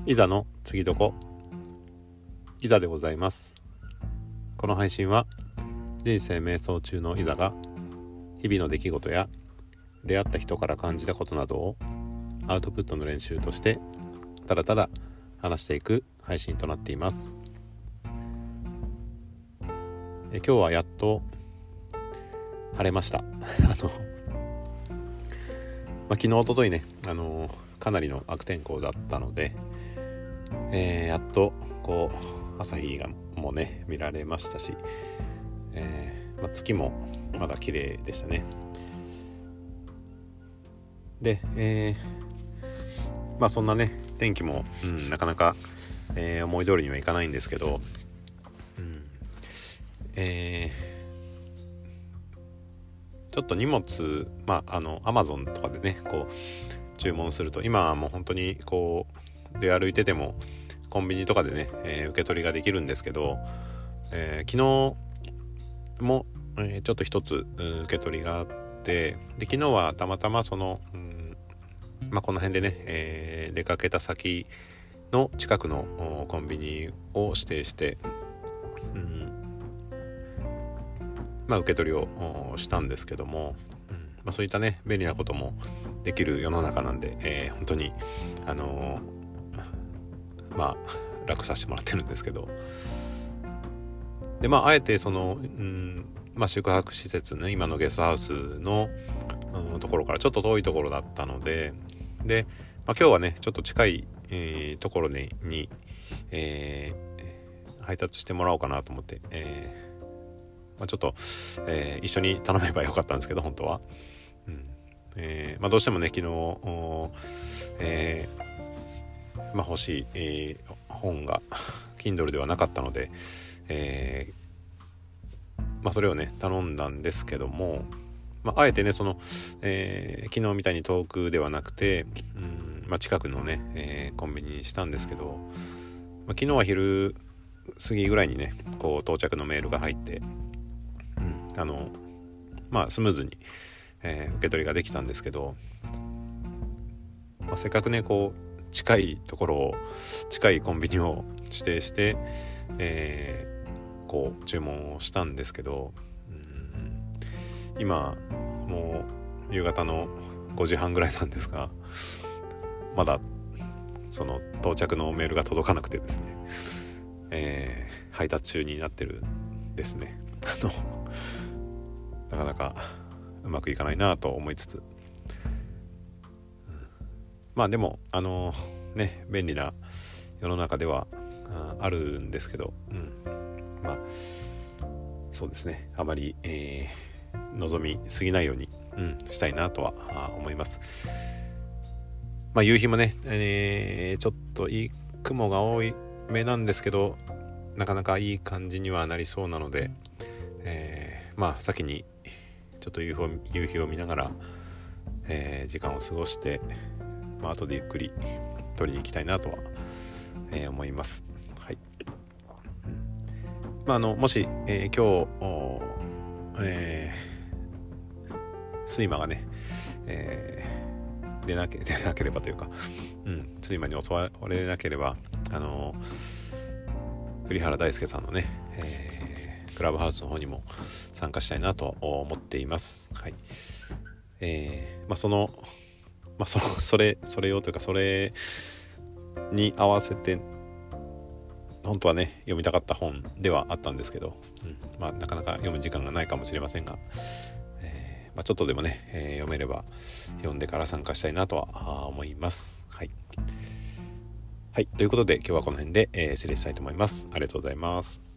いざの次どこいざでございます。この配信は人生瞑想中のいざが日々の出来事や出会った人から感じたことなどをアウトプットの練習としてただただ話していく配信となっています。今日はやっと晴れました昨日おとといねかなりの悪天候だったので、やっとこう朝日がもうね見られましたし、月もまだ綺麗でしたね。で、そんなね天気も、なかなか、思い通りにはいかないんですけど、ちょっと荷物Amazon とかでねこう注文すると今はもう本当にこう出歩いててもコンビニとかでね、受け取りができるんですけど、昨日も、ちょっと一つ、受け取りがあって、で昨日はたまたまその、この辺でね、出かけた先の近くのコンビニを指定して、受け取りをしたんですけども、そういったね便利なこともできる世の中なんで、本当に楽させてもらってるんですけど、であえてその、宿泊施設ね今のゲストハウスの、ところからちょっと遠いところだったので、今日はねちょっと近い、ところに、配達してもらおうかなと思って、ちょっと、一緒に頼めばよかったんですけど本当は、どうしてもね昨日、欲しい、本が Kindle ではなかったので、それをね頼んだんですけども、あえてねその、昨日みたいに遠くではなくて、近くのね、コンビニにしたんですけど、昨日は昼過ぎぐらいにねこう到着のメールが入って、スムーズに、受け取りができたんですけど、せっかくねこう近いところを近いコンビニを指定して、こう注文をしたんですけど、今もう夕方の5時半ぐらいなんですが、まだその到着のメールが届かなくてですね、配達中になってるんですね。なかなかうまくいかないなと思いつつ、でも便利な世の中ではあるんですけど、そうですねあまり、望みすぎないように、したいなとは思います。夕日もね、ちょっといい雲が多い目なんですけど、なかなかいい感じにはなりそうなので、先にちょっと夕日を見ながら、時間を過ごして、後でゆっくり取りに行きたいなとは、思います。はい。もし、今日、睡魔がね、出なければというか、睡魔に襲われなければ栗原大輔さんのね、クラブハウスの方にも参加したいなと思っています。はい。それ用というか、それに合わせて本当はね読みたかった本ではあったんですけど、なかなか読む時間がないかもしれませんが、ちょっとでもね、読めれば読んでから参加したいなとは思います。はい、ということで今日はこの辺で、失礼したいと思います。ありがとうございます。